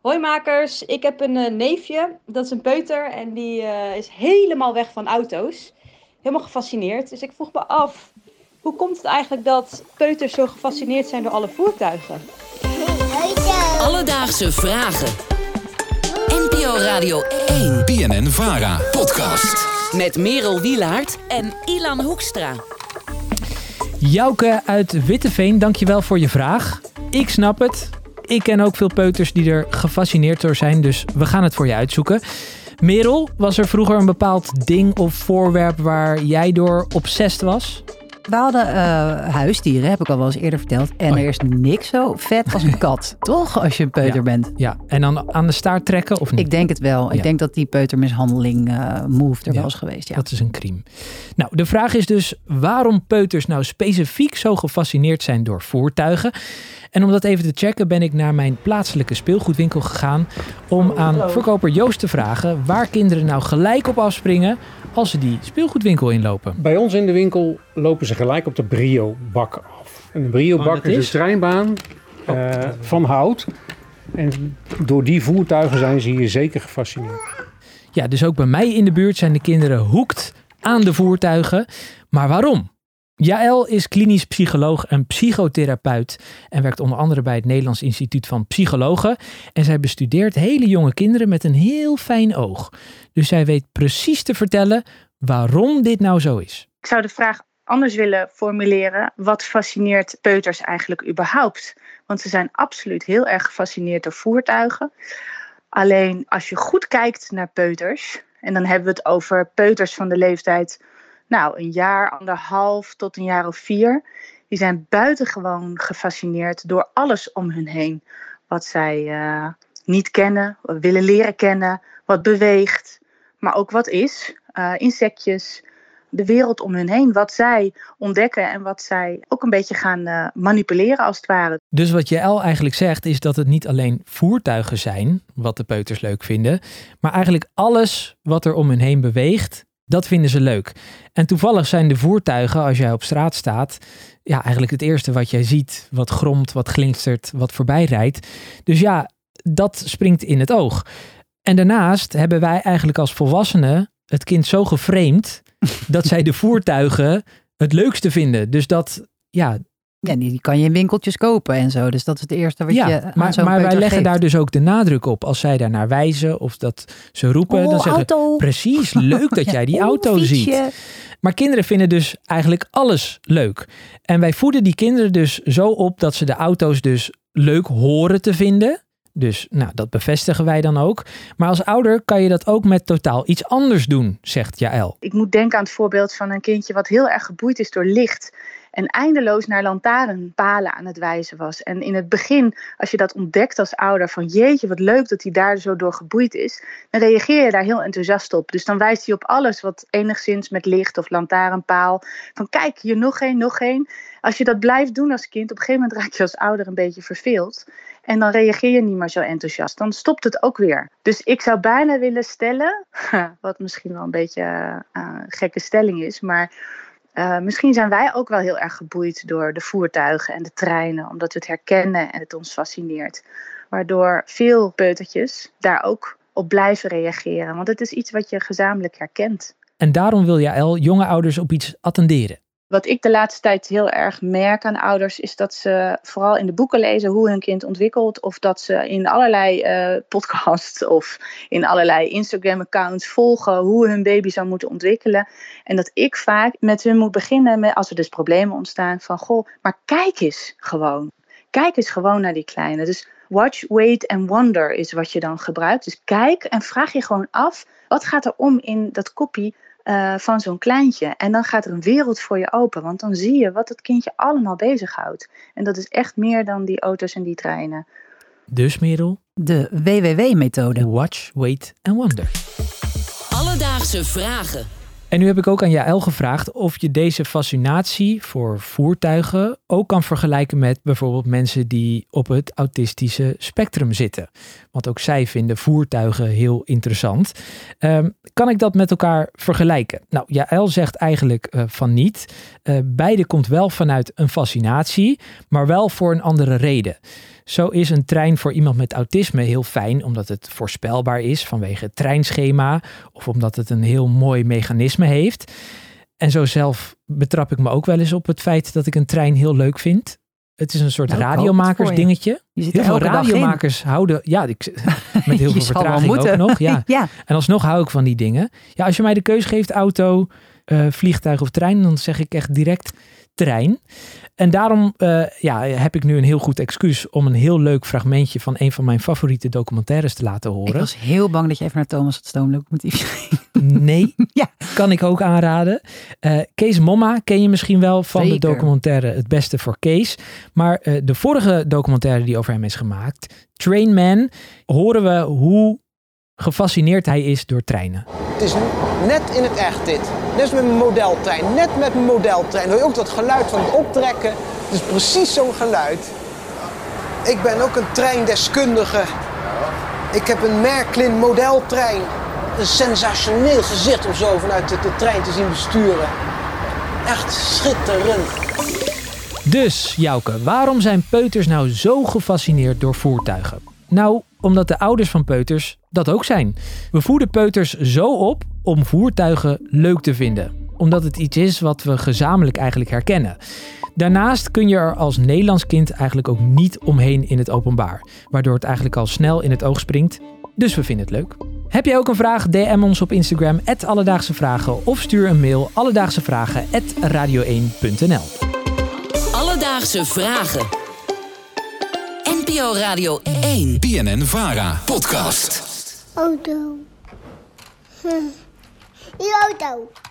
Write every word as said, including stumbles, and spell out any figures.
Hoi makers, ik heb een uh, neefje, dat is een peuter en die uh, is helemaal weg van auto's. Helemaal gefascineerd, dus ik vroeg me af, hoe komt het eigenlijk dat peuters zo gefascineerd zijn door alle voertuigen? Alledaagse vragen. N P O Radio één. B N N-Vara podcast. Met Merel Wielaert en Ilan Hoekstra. Jouke uit Witteveen, dankjewel voor je vraag. Ik snap het. Ik ken ook veel peuters die er gefascineerd door zijn, dus we gaan het voor je uitzoeken. Merel, was er vroeger een bepaald ding of voorwerp waar jij door obsessed was? We hadden uh, huisdieren, heb ik al wel eens eerder verteld. En oh. er is niks zo vet als een kat, toch? Als je een peuter ja. bent. Ja, en dan aan de staart trekken of niet? Ik denk het wel. Ja. Ik denk dat die peutermishandeling uh, move er ja, wel is geweest. Ja. Dat is een crime. Nou, de vraag is dus waarom peuters nou specifiek zo gefascineerd zijn door voertuigen. En om dat even te checken ben ik naar mijn plaatselijke speelgoedwinkel gegaan om aan verkoper Joost te vragen waar kinderen nou gelijk op afspringen als ze die speelgoedwinkel inlopen. Bij ons in de winkel lopen ze gelijk op de Brio-bak af. En de Brio-bak oh, is, is een treinbaan uh, van hout. En door die voertuigen zijn ze hier zeker gefascineerd. Ja, dus ook bij mij in de buurt zijn de kinderen hooked aan de voertuigen. Maar waarom? Jaël is klinisch psycholoog en psychotherapeut en werkt onder andere bij het Nederlands Instituut van Psychologen. En zij bestudeert hele jonge kinderen met een heel fijn oog. Dus zij weet precies te vertellen waarom dit nou zo is. Ik zou de vraag anders willen formuleren. Wat fascineert peuters eigenlijk überhaupt? Want ze zijn absoluut heel erg gefascineerd door voertuigen. Alleen als je goed kijkt naar peuters, en dan hebben we het over peuters van de leeftijd, nou, een jaar, anderhalf tot een jaar of vier. Die zijn buitengewoon gefascineerd door alles om hun heen. Wat zij uh, niet kennen, willen leren kennen, wat beweegt. Maar ook wat is, uh, insectjes, de wereld om hun heen. Wat zij ontdekken en wat zij ook een beetje gaan uh, manipuleren als het ware. Dus wat Jaël eigenlijk zegt is dat het niet alleen voertuigen zijn, wat de peuters leuk vinden. Maar eigenlijk alles wat er om hun heen beweegt, dat vinden ze leuk. En toevallig zijn de voertuigen, als jij op straat staat, ja, eigenlijk het eerste wat jij ziet, wat gromt, wat glinstert, wat voorbij rijdt. Dus ja, dat springt in het oog. En daarnaast hebben wij eigenlijk als volwassenen het kind zo geframed dat zij de voertuigen het leukste vinden. Dus dat, ja. Ja, die kan je in winkeltjes kopen en zo. Dus dat is het eerste wat ja, je aan maar, zo'n maar wij leggen geeft. daar dus ook de nadruk op. Als zij daar naar wijzen of dat ze roepen, oh, dan zeggen auto. Precies, leuk dat jij die ja, auto oh, ziet. Maar kinderen vinden dus eigenlijk alles leuk. En wij voeden die kinderen dus zo op dat ze de auto's dus leuk horen te vinden. Dus nou, dat bevestigen wij dan ook. Maar als ouder kan je dat ook met totaal iets anders doen, zegt Jaël. Ik moet denken aan het voorbeeld van een kindje wat heel erg geboeid is door licht. En eindeloos naar lantaarnpalen aan het wijzen was. En in het begin, als je dat ontdekt als ouder, van jeetje, wat leuk dat hij daar zo door geboeid is, dan reageer je daar heel enthousiast op. Dus dan wijst hij op alles wat enigszins met licht of lantaarnpaal. Van kijk, hier nog één, nog één. Als je dat blijft doen als kind, op een gegeven moment raak je als ouder een beetje verveeld. En dan reageer je niet meer zo enthousiast. Dan stopt het ook weer. Dus ik zou bijna willen stellen, wat misschien wel een beetje een uh, gekke stelling is, maar Uh, misschien zijn wij ook wel heel erg geboeid door de voertuigen en de treinen, omdat we het herkennen en het ons fascineert. Waardoor veel peutertjes daar ook op blijven reageren, want het is iets wat je gezamenlijk herkent. En daarom wil Jaël jonge ouders op iets attenderen. Wat ik de laatste tijd heel erg merk aan ouders is dat ze vooral in de boeken lezen hoe hun kind ontwikkelt. Of dat ze in allerlei uh, podcasts of in allerlei Instagram-accounts volgen hoe hun baby zou moeten ontwikkelen. En dat ik vaak met hun moet beginnen met, als er dus problemen ontstaan, van goh, maar kijk eens gewoon. Kijk eens gewoon naar die kleine. Dus watch, wait and wonder is wat je dan gebruikt. Dus kijk en vraag je gewoon af, wat gaat er om in dat koppie Uh, van zo'n kleintje. En dan gaat er een wereld voor je open. Want dan zie je wat het kindje allemaal bezighoudt. En dat is echt meer dan die auto's en die treinen. Dus Merel? De W W W-methode. Watch, wait and wonder. Alledaagse vragen. En nu heb ik ook aan Jaël gevraagd of je deze fascinatie voor voertuigen ook kan vergelijken met bijvoorbeeld mensen die op het autistische spectrum zitten. Want ook zij vinden voertuigen heel interessant. Um, kan ik dat met elkaar vergelijken? Nou, Jaël zegt eigenlijk uh, van niet. Uh, beide komt wel vanuit een fascinatie, maar wel voor een andere reden. Zo is een trein voor iemand met autisme heel fijn, omdat het voorspelbaar is vanwege het treinschema of omdat het een heel mooi mechanisme heeft. En zo zelf betrap ik me ook wel eens op het feit dat ik een trein heel leuk vind. Het is een soort nou, radiomakers dingetje. Je zit heel er veel elke dag radiomakers houden... Ja, ik, met heel veel vertraging moeten. ook nog. Ja. ja. En alsnog hou ik van die dingen. Ja, als je mij de keus geeft, auto, uh, vliegtuig of trein, dan zeg ik echt direct trein. En daarom uh, ja, heb ik nu een heel goed excuus om een heel leuk fragmentje van een van mijn favoriete documentaires te laten horen. Ik was heel bang dat je even naar Thomas het Stoomlocomotief ging. Nee, ja. Kan ik ook aanraden. Uh, Kees Momma ken je misschien wel van Zeker. de documentaire Het Beste voor Kees. Maar uh, de vorige documentaire die over hem is gemaakt, Train Man, horen we hoe gefascineerd hij is door treinen. Het is net in het echt dit. Net als met mijn modeltrein. Net met mijn modeltrein. Hoor je ook dat geluid van het optrekken. Het is precies zo'n geluid. Ik ben ook een treindeskundige. Ik heb een Märklin modeltrein. Een sensationeel gezicht om zo vanuit de, de trein te zien besturen. Echt schitterend. Dus, Jouke, waarom zijn peuters nou zo gefascineerd door voertuigen? Nou, omdat de ouders van peuters dat ook zijn. We voeden peuters zo op om voertuigen leuk te vinden. Omdat het iets is wat we gezamenlijk eigenlijk herkennen. Daarnaast kun je er als Nederlands kind eigenlijk ook niet omheen in het openbaar. Waardoor het eigenlijk al snel in het oog springt. Dus we vinden het leuk. Heb je ook een vraag? D M ons op Instagram at Alledaagse Vragen of stuur een mail alledaagsevragen at radio één punt n l. Alledaagse Vragen. N P O Radio één. B N N-Vara podcast. Auto. Hm. Die auto.